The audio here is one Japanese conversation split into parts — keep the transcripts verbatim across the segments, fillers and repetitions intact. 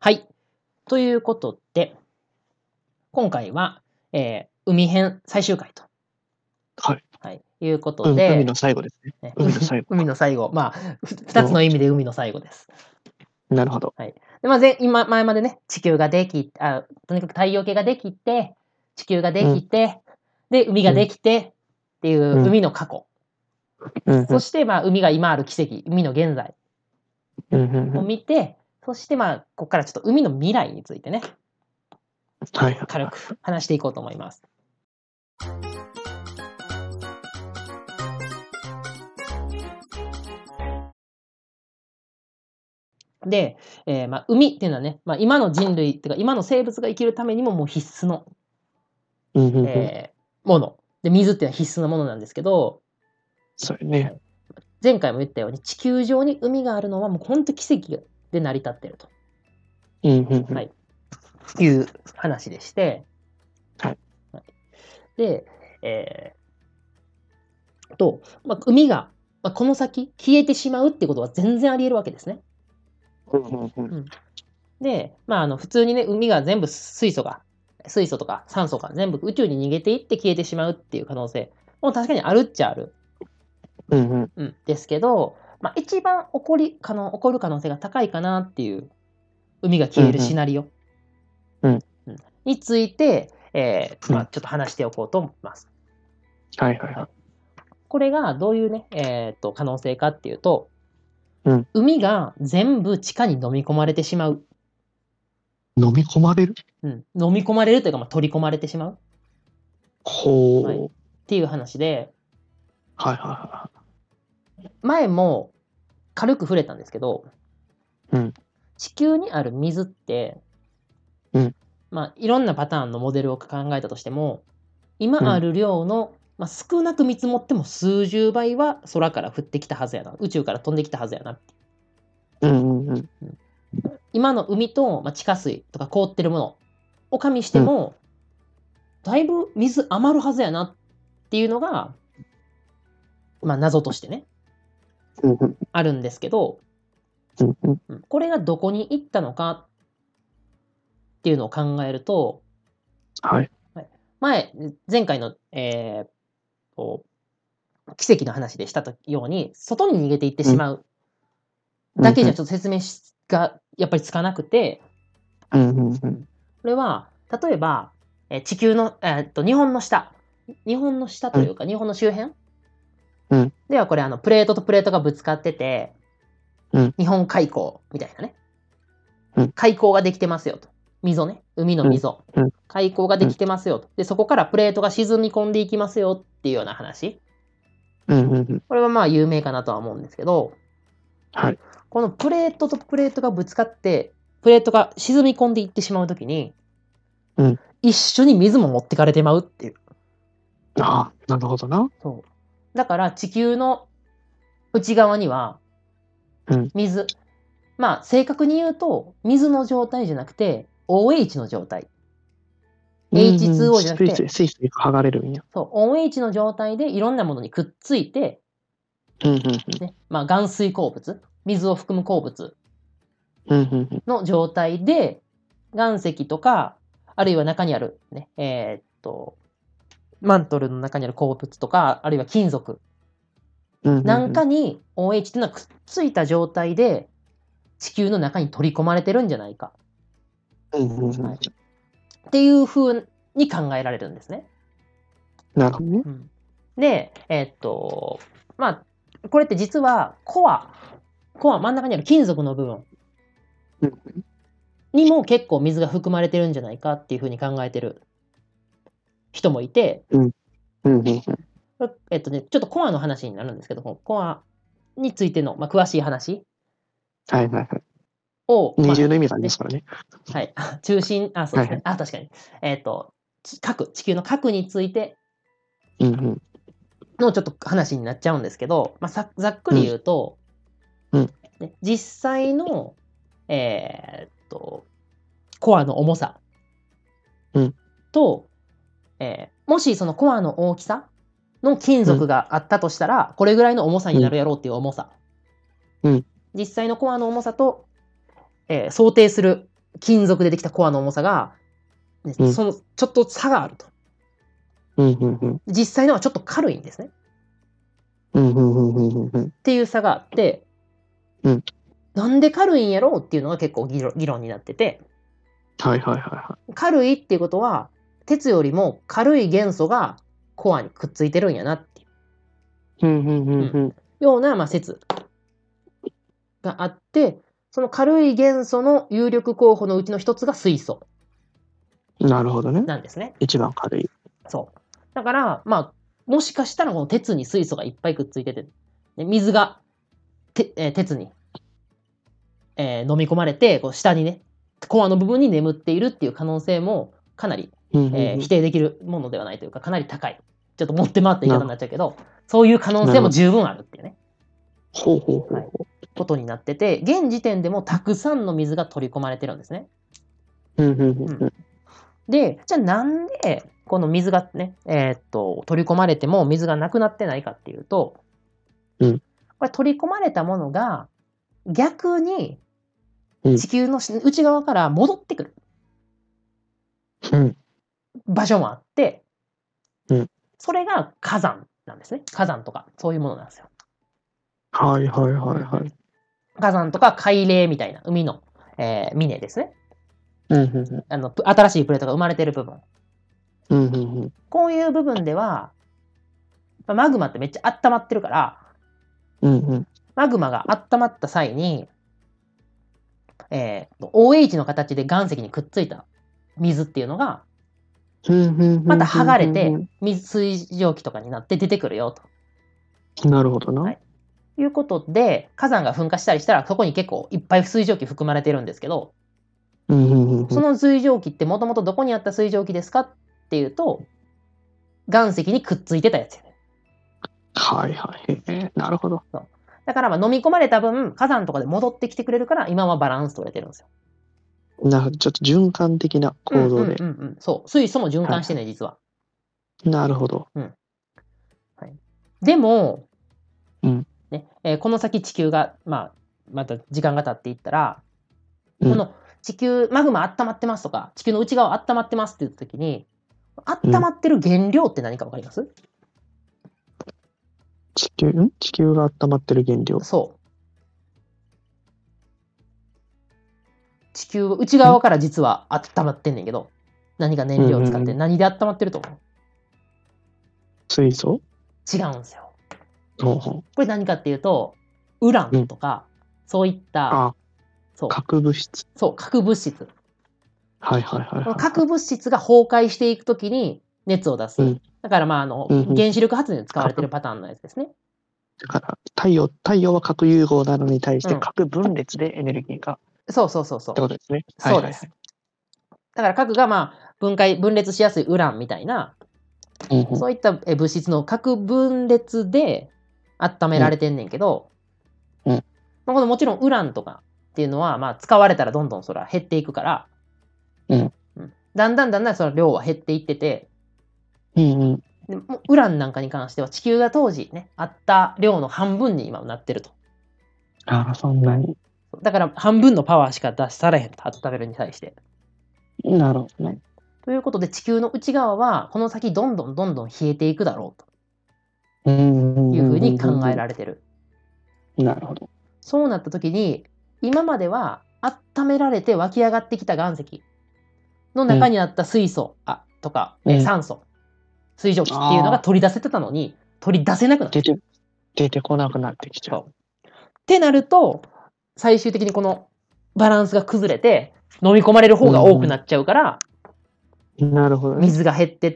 はい。ということで、今回は、えー、海編最終回と。 はい。 はい。いうことうん、 で、 海の最後ですね。 ね海の最後か。 海の最後。まあ、ふ二つの意味で海の最後です。 なるほど。 はい。で、まあ、ぜ今、前までね、地球ができ、あ、とにかく太陽系ができて、地球ができて、で、海ができてっていううん。 海の過去。 うんうんそして、まあ、海が今ある奇跡、海の現在うんうんうをん。 見て、そして、まあ、ここからちょっと海の未来についてね、 はいはい軽く話していこうと思います。で、えーまあ、海っていうのはね、まあ、今の人類っていうか今の生物が生きるためにももう必須の、 うんうんうん。 えーもので、水っていうのは必須のものなんですけど、 そうよね。 前回も言ったように地球上に海があるのはもう本当奇跡で成り立っていると、 うんうんうん。 はい、いう話でして、 はいはい、で、えー、と、まあ、海が、まあ、この先消えてしまうってことは全然あり得るわけですね。 うんうんうん。 うん、で、まあ、あの普通にね、海が全部水素が水素とか酸素が全部宇宙に逃げていって消えてしまうっていう可能性も確かにあるっちゃある、 うんうん。 うん、ですけど、まあ、一番起こり可能起こる可能性が高いかなっていう海が消えるシナリオ、 うんうん、について、えーまあ、 うんちょっと話しておこうと思います。 はいはいはい。 はい、これがどういうね、えー、と可能性かっていうと、 うん。 海が全部地下に飲み込まれてしまう、 飲み込まれる？ うん、飲み込まれるというか、まあ、取り込まれてしまう、はい、っほう。 ていう話で、 はいはいは前も軽く触れたんですけど、 い。うん。 地球にある水って、 うん。 まあ、いろんなパターンのモデルを考えたとしても、 うん今ある量の、まあ、少なく見積もっても数十倍は空から降ってきたはずやな、宇宙から飛んできたはずやなって。 うんうんうん。 今の海と、まあ、地下水とか凍ってるものを加味しても、だいぶ水余るはずやなっていうのが、まあ、謎としてね、 うんうんあるんですけど、 うんうん。 うんこれがどこに行ったのかっていうのを考えると、 はい。 前、前回の、えーと奇跡の話でしたように、外に逃げていってしまうだけじゃちょっと説明がやっぱりつかなくて、 うんうんうん。 これは例えば、えー地球の、えーっと日本の下、日本の下というか日本の周辺うんではこれあのプレートとプレートがぶつかってて、 うん日本海溝みたいなね、 うん海溝ができてますよと、溝ね、海の溝、 うんうん海溝ができてますよと、でそこからプレートが沈み込んでいきますよっていうような話、 うんうんうん。 これはまあ有名かなとは思うんですけど、 はい。 このプレートとプレートがぶつかってプレートが沈み込んでいってしまうときに、 うん。 一緒に水も持ってかれてまうっていう。 ああ、なるほどな。 そうだから地球の内側にはうん水、まあ正確に言うと水の状態じゃなくて オーエイチ の状態、 うんうん。 エイチツーオー じゃなくて、 スイスイスイ剥がれるんや。 そう オーエイチ の状態でいろんなものにくっついて、 うんうんうん。 ね、まあ含水鉱物、水を含む鉱物うんうんうん。 の状態で岩石とか、あるいは中にあるね、えーっとマントルの中にある鉱物とか、あるいは金属うんうんうん。 なんかに オーエイチ っていうのはくっついた状態で地球の中に取り込まれてるんじゃないか、 うんうんうん。 はい、っていう風に考えられるんですね。 なるほどね。 うん、で、えーっと、まあ、これって実はコア、コア、真ん中にある金属の部分うんにも結構水が含まれてるんじゃないかっていう風に考えてる人もいて、 うんうんうんうん。 えっとね、ちょっとコアの話になるんですけど、コアについての、まあ、詳しい話はいはいはい。 を、まあ二重の意味がありますからね。 はい、中心、あ、そうですね、 はいあ、確かに、えっと、核、地球の核についてうんうんのちょっと話になっちゃうんですけど、まあ、さざっくり言うと、 うんうんね、実際の、えーっと、コアの重さうんと、えーもしそのコアの大きさの金属があったとしたら、これぐらいの重さになるやろうっていう重さ。 うん実際のコアの重さと、えー想定する金属でできたコアの重さが、ねうんそのちょっと差があると。 うんうんうん実際のはちょっと軽いんですね。 うんうんうんうんうんっていう差があって、 うんなんで軽いんやろうっていうのが結構議論議論になってて、 はいはいはいは軽いっていうことは鉄よりも軽い元素がコアにくっついてるんやなっていうい。うんうんうんうんような、まあ、説があって、その軽い元素の有力候補のうちの一つが水素なるほどね。 なんですね。 一番軽い。 そう。だから、まあ、もしかしたらこの鉄に水素がいっぱいくっついてて、ね水がて、えー鉄に、えー飲み込まれて、こう下にね、コアの部分に眠っているっていう可能性もかなり、 うんうんうんえー否定できるものではないというか、かなり高い。ちょっと持って回った言い方になっちゃうけど、そういう可能性も十分あるっていうね、 ほうほうほうはいほことになってて、現時点でもたくさんの水が取り込まれてるんですね。 う。うんうんうんうんで、じゃあなんでこの水がね、えーっと、取り込まれても水がなくなってないかっていうと、 うんこれ取り込まれたものが逆にうん地球のし内側から戻ってくるうん場所もあって、 うんそれが火山なんですね。火山とかそういうものなんですよ。 はいはいはいはい。 火山とか海嶺みたいな海の、えー峰ですね。 うんうんうんあのぷ新しいプレートが生まれてる部分。 うんうんうんこういう部分では、まあマグマってめっちゃ温まってるから、 うんうんマグマが温まった際に、えー、オーエイチ の形で岩石にくっついた水っていうのが、また剥がれて水水蒸気とかになって出てくるよと。 なるほどな。 はいいうことで、火山が噴火したりしたら、そこに結構いっぱい水蒸気含まれてるんですけど、 うんうんうんうんその水蒸気ってもともとどこにあった水蒸気ですかっていうと、岩石にくっついてたやつやね。 はいはい。えーなるほど。 だからまあ飲み込まれた分、火山とかで戻ってきてくれるから、今はバランス取れてるんですよ。 なるほど。ちょっと循環的な構造で。 うんうんうんうん、そう。水素も循環してね、実は。 なるほど。 でも、 うんねえーこの先地球が、まあ、また時間が経っていったら、 うんこの地球、マグマ温まってますとか、地球の内側温まってますって言ったときに、温まってる原料って何かわかります？ 地球、ん地球が温まってる原料。 そう。地球内側から実は温まってんねんけど、何か燃料を使ってうんうんうん何で温まってると思う？ 水素違うんですよ。 ほうほうこれ何かっていうと、ウランとか、そういった、 あ、 そう、 核物質。 そう、核物質。 はいはいはいこのはい。 核物質が崩壊していくときに熱を出す。 うんだからまああの、 うんうん原子力発電で使われてるパターンのやつですね。 だから、太陽、太陽は核融合なのに対してうん核分裂でエネルギーが、 そうそうそうそうって。ことですね。 そうです。 はいだから核がまあ分解、分裂しやすいウランみたいな、 はいはい。うんうんそういったえ物質の核分裂で温められてんねんけど、 うんまあ、このもちろんウランとかっていうのは、まあ、使われたらどんどんそれは減っていくから、 うんうんだんだんだんだんその量は減っていってて、 うんうん。 でもうウランなんかに関しては地球が当時ね、あった量の半分に今なってると。 ああ、そんなに。 だから半分のパワーしか出されへんと、温めるに対して。 なるほどね。 ということで地球の内側はこの先どんどんどんどん冷えていくだろうとうんいうふうに考えれられてる。 なるほど。 そうなった時に、今までは温められて湧き上がってきた岩石の中にあった水素、あとか、えーうん酸素、水蒸気っていうのが取り出せてたのに、取り出せなくなった。 出て、出てこなくなってきちゃう。 そうってなると、最終的にこのバランスが崩れて、飲み込まれる方が多くなっちゃうから、 なるほどね。 水が減ってって、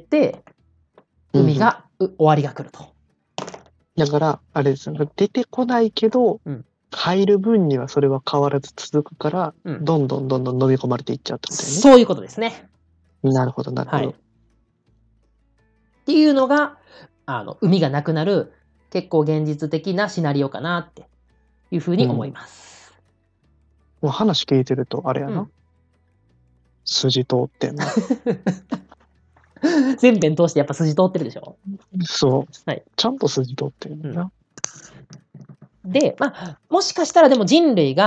海が、う終わりが来ると。 だから、あれですよね。出てこないけど、 うん入る分にはそれは変わらず続くから、 うんどんどんどんどん飲み込まれていっちゃうってことだよね。 そういうことですね。 なるほど、なるほど。 はい。っていうのが、あの、海がなくなる、結構現実的なシナリオかなっていうふうに思います。 もう話聞いてると、あれやな。 うん筋通ってんな。 全編通してやっぱ筋通ってるでしょ。 そう。 はいちゃんと筋通ってるんだな。 で、まあ、もしかしたらでも人類が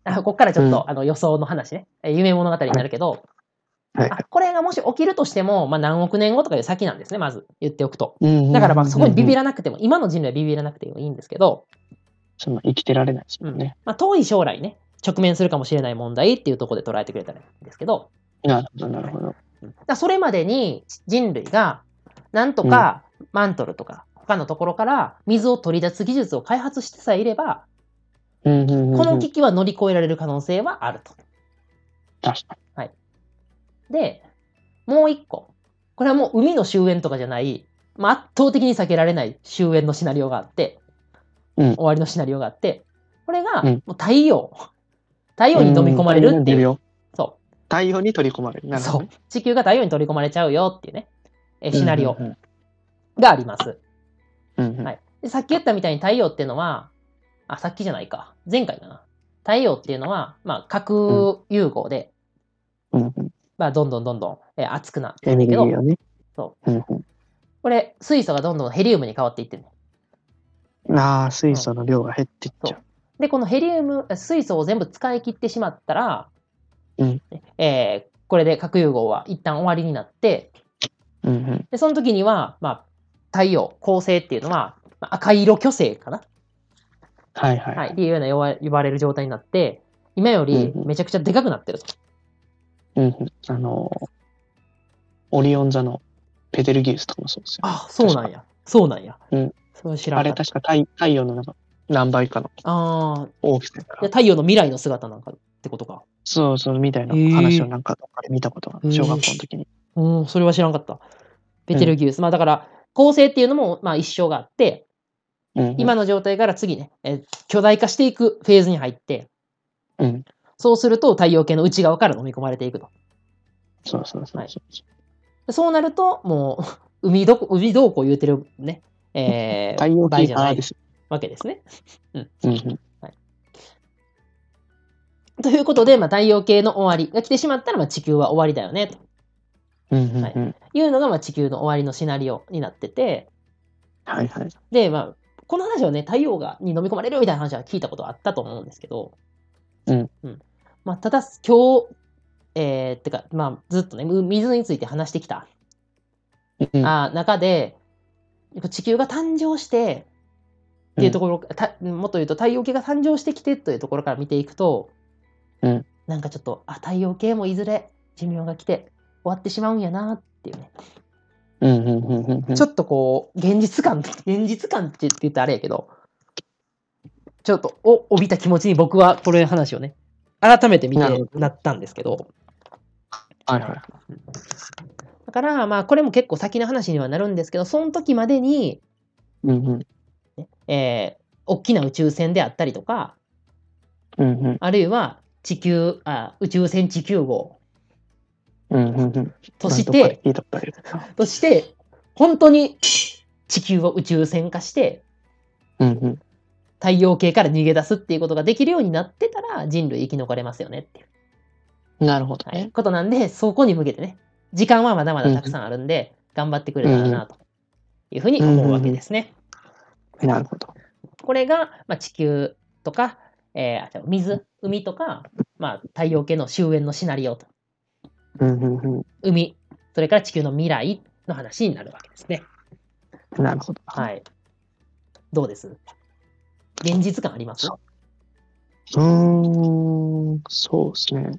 あここからちょっと、 うんあの予想の話ね。夢物語になるけど、 はい。 あこれがもし起きるとしても、まあ、何億年後とかいう先なんですね、まず言っておくと。 うんだからまあそこにビビららなくても、今の人類はビビらなくてもいいんですけど、 その生きてられないですうんもんね。 まあ、遠い将来ね、直面するかもしれない問題っていうところで捉えてくれたらいいんですけど、 なるほど、なるほど。 だからそれまでに人類が、なんとかマントルとか他のところから水を取り出す技術を開発してさえいれば、 うんうんうんうん、 この危機は乗り越えられる可能性はあると。 確かで、もう一個。これはもう海の終焉とかじゃない、まあ、圧倒的に避けられない終焉のシナリオがあって、 うん終わりのシナリオがあって、これがうんもう太陽。太陽に飲み込まれるっていう。 うん太陽に出るよそ太陽に取り込まれる。なう。 るほどね。 そう。地球が太陽に取り込まれちゃうよっていうね、えシナリオうんうんがあります。 うんうんはいで。さっき言ったみたいに太陽っていうのは、あ、さっきじゃないか。前回かな。太陽っていうのは、まあ、核融合で、 うんうんまあ、どんどんどんどん、えー熱くなってエネるんだけど、 ルギーをね。 そううんうんこれ、水素がどんどんヘリウムに変わっていってるね。 ああ、水素の量が減っていっちゃう。 で、このヘリウム、水素を全部使い切ってしまったら、 うんえーこれで核融合は一旦終わりになって、 うんうんでその時には、まあ、太陽、恒星っていうのは、まあ赤色巨星かな、 はいはい。 はい、っていうような呼ば呼ばれる状態になって、今よりうんうんめちゃくちゃでかくなってると。 うんうんあのー、オリオン座のペテルギウスとかもそうですよ。 あ、そうなんや。そうなんや。 うんそれは知らあれなかった。 確か太太陽のなんか何倍かのああ、 大きさやから。 で太陽の未来の姿なんかってことか。 そうそうみたいなへー話をなんかどっかで見たことがある小学校の時に。 うん、それは知らんかった。ベテルギウス。まあだから、恒星っていうのも、まあ一生があって、 うんうん今の状態から次ね、えー巨大化していくフェーズに入って、 うんそうすると太陽系の内側から飲み込まれていくと。 そうそうそうそう。 でそうなると、もう、海どこ、海どうこう言うてるね、えー、 太陽系場合じゃない側です。 わけですね。 うんうんということで、まあ、太陽系の終わりが来てしまったら、まあ、地球は終わりだよね、とうんうんはいうんいうのが、まあ、地球の終わりのシナリオになってて、 はいはい。 で、まあ、この話はね、太陽がに飲み込まれるみたいな話は聞いたことあったと思うんですけど、 うんまあ、ただ、今日、えー、ってか、まあ、ずっとね、む水について話してきた、 うんあー中で、やっぱ地球が誕生して、っていうところ、たもっと言うと太陽系が誕生してきてというところから見ていくと、 うんなんかちょっと、あ、太陽系もいずれ寿命が来て終わってしまうんやなっていうね、 うんうんうんうんうんちょっとこう、現実感、現実感って言ったらあれやけど、ちょっとお帯びた気持ちに僕はこれ話をね、改めて見てなるほどなったんですけど、 はいはい。 だから、まあ、これも結構先の話にはなるんですけど、その時までに、 うんうんねえー大きな宇宙船であったりとか、 うんうんあるいは地球、あ宇宙船地球号うんうんうん。 としどっかでて、 聞いたことあるな。 として、本当に地球を宇宙船化して、 うんうん太陽系から逃げ出すっていうことができるようになってたら、人類生き残れますよねっていう、 なるほどはい、 ね。 ことなんで、そこに向けてね、時間はまだまだたくさんあるんで、頑張ってくれたらなというふうに思うわけですね。 なるほど。 これが、まあ、地球とか、えーあじゃあ水、海とか、まあ、太陽系の終焉のシナリオと、 うんうんう海、それから地球の未来の話になるわけですね。 ん。なるほど。 はい。どうです現実感ありますうーん、そうですね。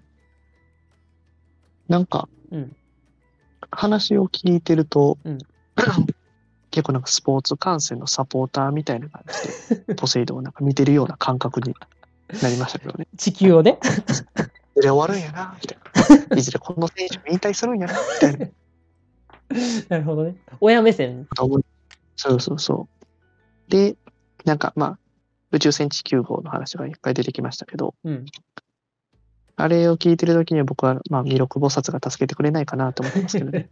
なんか、 うん話を聞いてると、 うん結構なんかスポーツ観戦のサポーターみたいな感じで、ポセイドをなんか見てるような感覚になりましたけどね。 地球をね。 いずれ終わるんやな、みたいな。いずれこの選手も引退するんやな、みたいな。 なるほどね。親目線。 そうそうそう。で、なんかまあ、宇宙船地球号の話がいっぱい出てきましたけど、 うん。 あれを聞いてるときには僕は、まあ、弥勒菩薩が助けてくれないかなと思ってますけどね。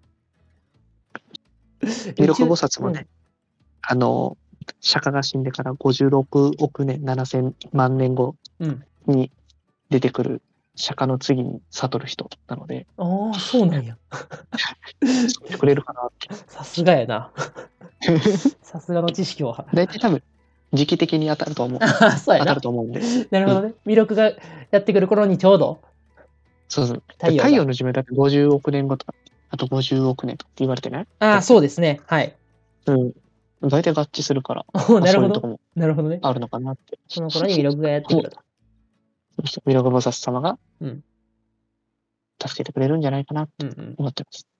弥勒菩薩もね、あの、釈迦が死んでからごじゅうろくおくねんななせんまん年後うん。 に出てくる釈迦の次に悟る人なので、 ああ、そうなんや。 救ってくれるかなって。 さすがやな。さすがの知識を。 大体多分、 時期的に当たると思う。 あそうやな当たる。と思うんで。 なるほどね。魅力がやってくる頃にちょうど。 そうそう。 太陽が太陽の寿命だってごじゅうおくねんごとか、あとごじゅうおくねんとかって言われてない？ ああ、そうですね。はい。 うん。大体合致するから、 おなるほど。 そういうとこもなるほどね。 あるのかなって。 その頃に魅力がやってくると。 そして弥勒菩薩様がうん。 助けてくれるんじゃないかなってうんうん。 思ってます。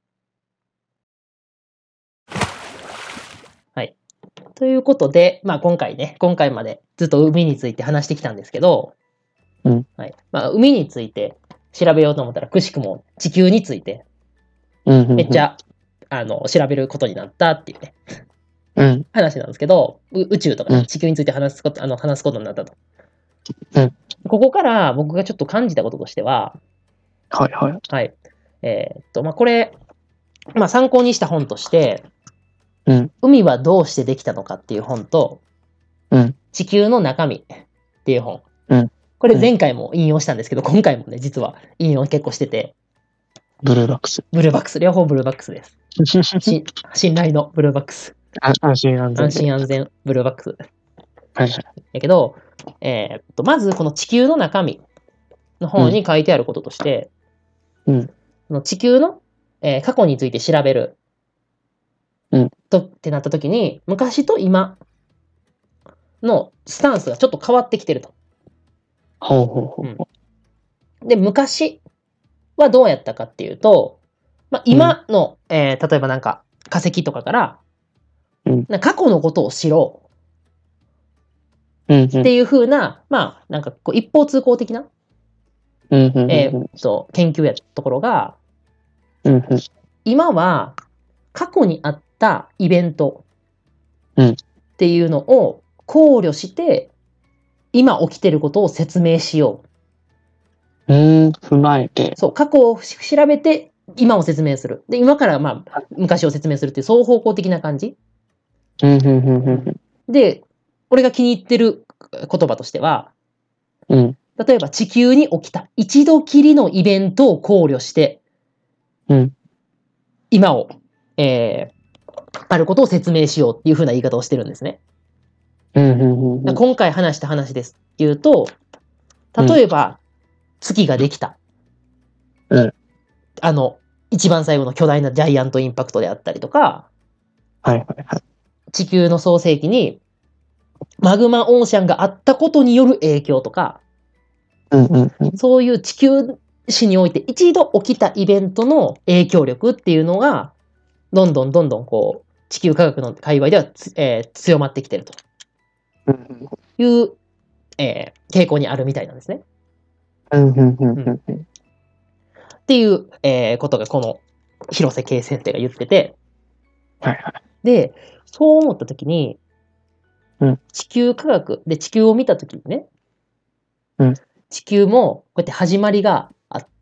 はい。ということで、まあ今回ね、今回までずっと海について話してきたんですけど、 うん。 はい。まあ海について調べようと思ったら、くしくも地球についてうんうんうん。 めっちゃ、あの、調べることになったっていうね、 うん。 話なんですけど、う宇宙とかうんね地球について話すこと、あの、話すことになったと。 うんここから僕がちょっと感じたこととしては、 はいはい。 はい。えーっと、まあこれ、まあ参考にした本として、 うん。 海はどうしてできたのかっていう本と、 うん。 地球の中身っていう本。 うん。 これ前回も引用したんですけど、今回もね、実は引用結構してて、 ブルーバックス。 ブルーバックス、両方ブルーバックスです。し信頼のブルーバックス。 あ安心安全安で。 心安全ブルーバックス。 はいはい。 だけど、えーっと、まずこの地球の中身の方に書いてあることとして、 うん。 その地球の、えー過去について調べる。 うんとってなった時に、昔と今のスタンスがちょっと変わってきてると。 ほうほうほうほで、昔はどうやったかっていうと、まあ、今の、えー例えばなんか化石とかから、 うんなんか過去のことを知ろう。うんうん。 うっていう風な、まあ、なんかこう一方通行的な、 うんうんうんえーっと、研究やところが、 うんうん今は過去にあったイベントうんっていうのを考慮して、今起きてることを説明しようーん、踏まえてう。。そう、過去を調べて、今を説明する。で、今からまあ、昔を説明するっていう双方向的な感じ。 うんうんうんうんで、俺が気に入ってる言葉としては、 うん例えば地球に起きた一度きりのイベントを考慮して、 うん今を、えー、あることを説明しようっていう風な言い方をしてるんですね。 うんうんうんうん今回話した話です。言うと、例えば、月ができた。 うんあの、一番最後の巨大なジャイアントインパクトであったりとか、 はいはいはい。 地球の創世紀にマグマオーシャンがあったことによる影響とか、 うんうんうんそういう地球史において一度起きたイベントの影響力っていうのが、どんどんどんどんこう、地球科学の界隈ではつ、えー強まってきてるとうんいう、えー傾向にあるみたいなんですね。 うんうんうんうんうんっていう、えーことがこの広瀬圭先生が言ってて、 はいはい。 で、そう思ったときに、 うん地球科学で地球を見たときにね、 うん地球もこうやって始まりがあって、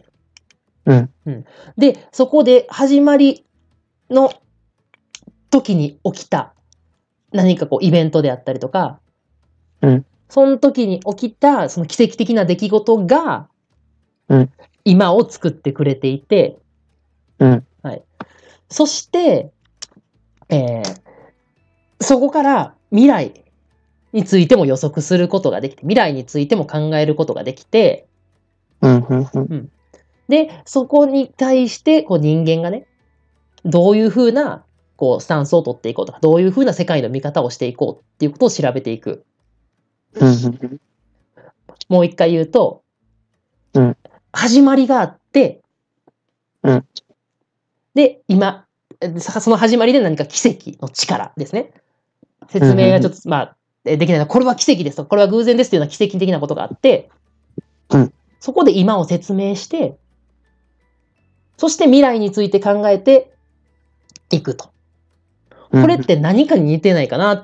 うんで、そこで始まりの時に起きた何かこうイベントであったりとか、 うんその時に起きたその奇跡的な出来事が、 うん今を作ってくれていて、 うんはい。そして、えーそこから未来についても予測することができて、未来についても考えることができて、 うんうんうんで、そこに対してこう人間がね、どういうふうなこうスタンスを取っていこうとか、どういうふうな世界の見方をしていこうっていうことを調べていく。 うんうんもう一回言うと、 うん始まりがあって、 うんで、今、その始まりで何か奇跡の力ですね。説明がちょっと、まあ、できないのは、これは奇跡ですと、これは偶然ですというような奇跡的なことがあって、 うんそこで今を説明して、そして未来について考えていくと。 うん。 これって何かに似てないかなって。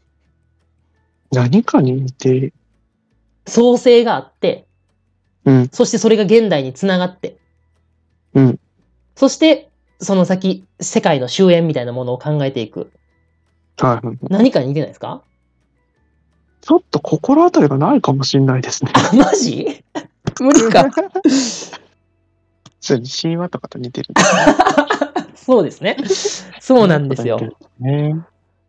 何かに似て、 創生があって、 うんそしてそれが現代につながって、 うんそしてその先、世界の終焉みたいなものを考えていく。 はいはい。 何かに似てないですか？ ちょっと心当たりがないかもしれないですね。 あ、マジ？無理か。 それ神話とかと似てる。 そうですね。そうなんですよ。 ね。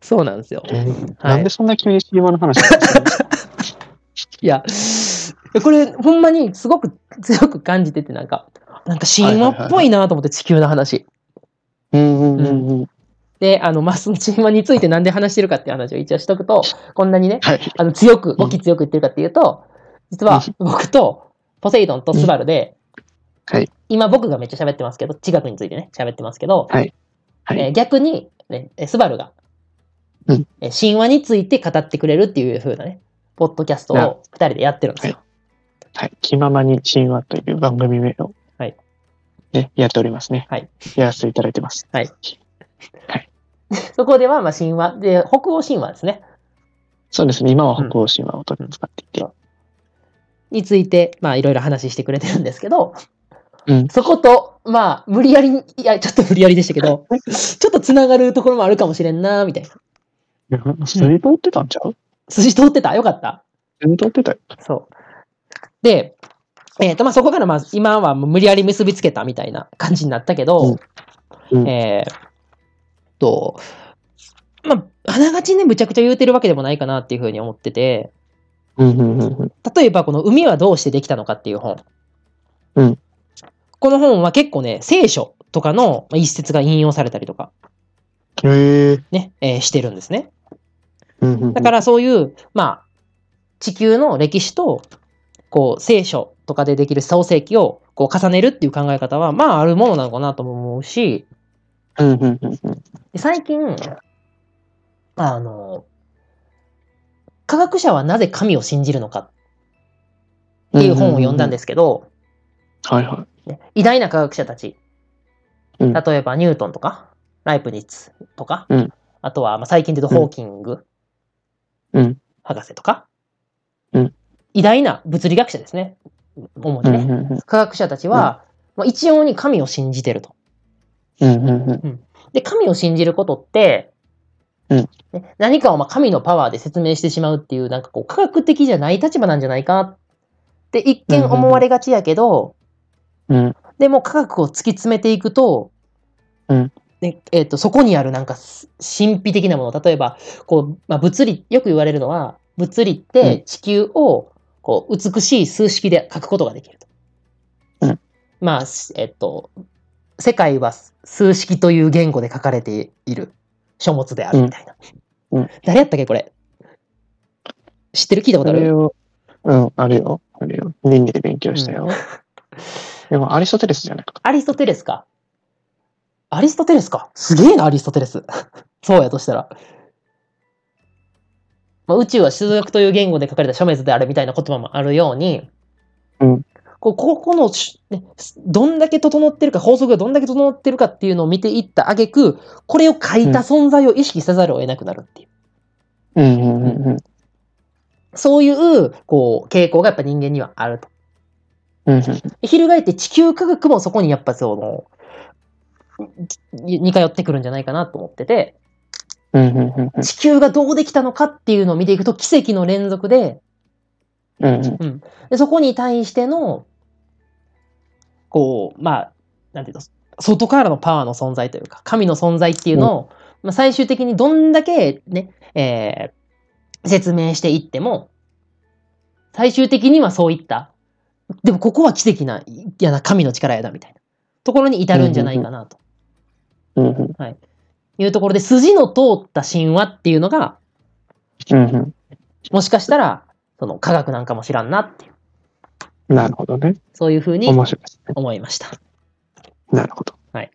そうなんですよ。 えーはいなんでそんな急に神話の話をするんですか？ いや、これ、ほんまにすごく強く感じてて、なんか、なんか神話っぽいなと思って、地球の話。 うんうんうんうん。 で、あの、まあ、その神話についてなんで話してるかっていう話を一応しとくと、こんなにね、 はい。 あの、強く、 うん語気強く言ってるかっていうと、実は僕とポセイドンとスバルで、 はい。 今僕がめっちゃ喋ってますけど、地学についてね、喋ってますけど、 はい。はい。 えー逆に、ね、えスバルが、 うんえー神話について語ってくれるっていう風なね、ポッドキャストを二人でやってるんですよ。 はい。気ままに神話という番組名を、 はい。 ね、やっておりますね。 はい。 やらせていただいてます。 はい。 はい。 そこでは、まあ、神話で、北欧神話ですね。 そうですね。今は北欧神話を取り扱っていて。 について、まあ、いろいろ話してくれてるんですけど、 うん。 そこと、まあ、無理やりに、いや、ちょっと無理やりでしたけど、ちょっと繋がるところもあるかもしれんな、みたいな。 いや筋通ってたんちゃう？ 筋通ってた？よかった。 筋通ってたよ。 そう。で、えっ、と、まあ、そこから、まあ、今はもう無理やり結びつけたみたいな感じになったけど、 うんうんえーっと、まあ、あながちね、むちゃくちゃ言うてるわけでもないかなっていうふうに思ってて、 うんうんうんうん。 例えば、この海はどうしてできたのかっていう本。 うん。 この本は結構ね、聖書とかの一節が引用されたりとか、 へえ。 ね、えーしてるんですね。 うんうんうん。 だからそういう、まあ、地球の歴史と、こう、聖書とかでできる創世記をこう重ねるっていう考え方は、まあ、あるものなのかなとも思うし、 うんうんうんうん。 最近、あの、科学者はなぜ神を信じるのかっていう本を読んだんですけど、 はいはね偉大な科学者たち、 うん例えばニュートンとか、ライプニッツとか、 うんあとはまあ最近で言うとホーキングうん博士とか、 うん偉大な物理学者ですね。主にね。 うんうんうん科学者たちは、まあ、一様に神を信じてると。 うんうんうんで、神を信じることって、 うんね何かをまあ神のパワーで説明してしまうっていう、なんかこう科学的じゃない立場なんじゃないかって一見思われがちやけど、 うんでも科学を突き詰めていくと、 うんでえっとそこにあるなんか神秘的なもの、例えばこう、まあ、物理、よく言われるのは、物理って地球をこう美しい数式で書くことができると。 うんまあ、えっと、世界は数式という言語で書かれている書物であるみたいな。 うんうん誰やったっけこれ。知ってる？聞いたことある？ あれを、うん、あるよ。あるよ。倫理で勉強したよ。でも、アリストテレスじゃないか。 アリストテレスか。アリストテレスか。すげえな、アリストテレス。そうやとしたら。まあ、宇宙は数学という言語で書かれた書物であるみたいな言葉もあるように、 うんこうここの、ね、どんだけ整ってるか、法則がどんだけ整ってるかっていうのを見ていった挙句、これを書いた存在を意識せざるを得なくなるっていう。 うんうんうんうん。 そういう、こう、傾向がやっぱ人間にはあると。 うんうん。 翻って地球科学もそこにやっぱその、似通ってくるんじゃないかなと思ってて、 うんうんうんうん。 地球がどうできたのかっていうのを見ていくと奇跡の連続で、 うんうん。 うん、でそこに対しての、こう、まあ、なんていうの、外からのパワーの存在というか、神の存在っていうのを、まあ、最終的にどんだけね、えー、説明していっても、最終的にはそういった、でもここは奇跡な、いやな、神の力やだみたいなところに至るんじゃないかなと。 うんうん。 はい。いうところで、筋の通った神話っていうのが、 うんうん。 もしかしたら、その科学なんかも知らんなっていう、 なるほどね。 そういうふうに面白いですね。 思いました。 なるほど。 はい。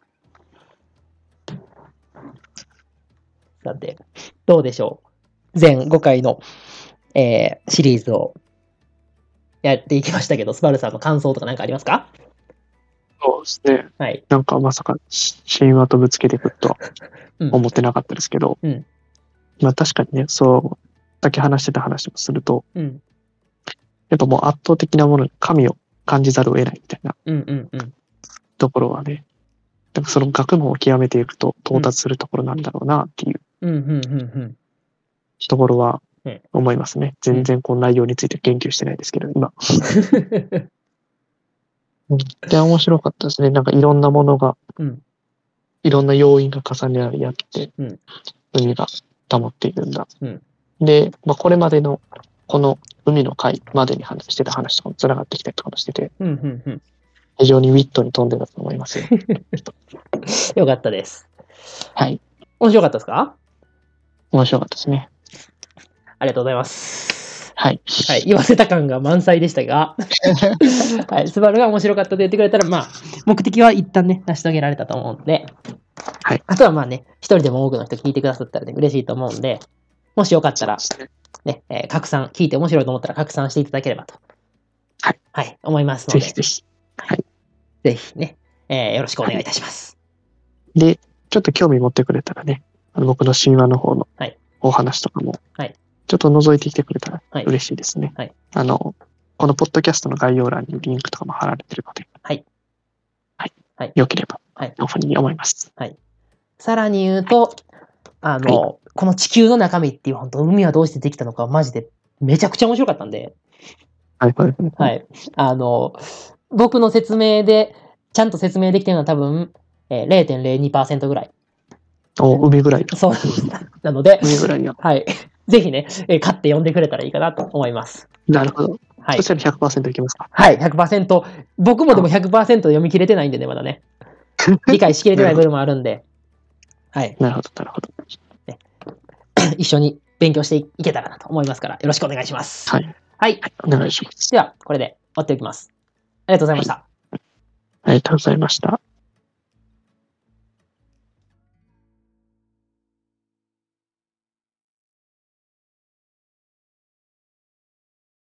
さて、どうでしょう。全ごかいの、えー、シリーズをやっていきましたけど、スバルさんの感想とか何かありますか？ そうですね。 はい。 なんかまさか神話とぶつけてくるとはうん思ってなかったですけど、 うんまあ確かにね、そう、だけ話してた話もすると、 うんやっぱもう圧倒的なものに神を感じざるを得ないみたいなうんうんうんところはね、なんかその学問を極めていくと到達するところなんだろうなっていううんうんうんうんところはうん思いますね。全然この内容について研究してないですけど、今。で、面白かったですね。なんかいろんなものが、 うんいろんな要因が重ね合い合って、 うん海が保っているんだ。 うん、 で、まあ、これまでの、この海の回までに話してた話とかも繋がってきたりとかもしてて、 うん、うん、うん。 非常にウィットに飛んでたと思いますよ。 よかったです。 はい。 面白かったですか？ 面白かったですね。 ありがとうございます。 はい。 はい。言わせた感が満載でしたが、はい。スバルが面白かったと言ってくれたら、まあ、目的は一旦ね、成し遂げられたと思うんで、 はい。 あとはまあね、一人でも多くの人聞いてくださったらね、嬉しいと思うんで、もしよかったら、ね、えー拡散、聞いて面白いと思ったら拡散していただければと。 はい。 はい。思いますので。 ぜひぜひ。はい。 ぜひね、えーよろしくお願いいたします。 で、ちょっと興味持ってくれたらね、あの僕の神話の方のはいお話とかも、 はいちょっと覗いてきてくれたらはい嬉しいですね。 はいあの、このポッドキャストの概要欄にリンクとかも貼られてるので、 はい。 はい。 はいよければ、 はいオファーに思います。 さらに言うと、あの、 はこの地球の中身っていう、本当海はどうしてできたのか、マジでめちゃくちゃ面白かったんで、 はい、はい、はい。 はい。あの、僕の説明で、ちゃんと説明できてるのは多分、えー、れいてんれいにパーセント ぐらい。 お、海ぐらいと。 そうなんです。なので、 海ぐらいには。 はい。ぜひね、えー買って読んでくれたらいいかなと思います。 なるほど。 はいそし。たら ひゃくパーセント いきますか。 はい、ひゃくパーセント。僕もでも ひゃくパーセント 読み切れてないんでね、まだね。理解しきれてない部分もあるんで、はい。 なるほど、なるほど。 一緒に勉強していけたらなと思いますから、よろしくお願いします。 はい。 はい。 お願いします。 では、これで終わっておきます。ありがとうございました。 ありがとうございました。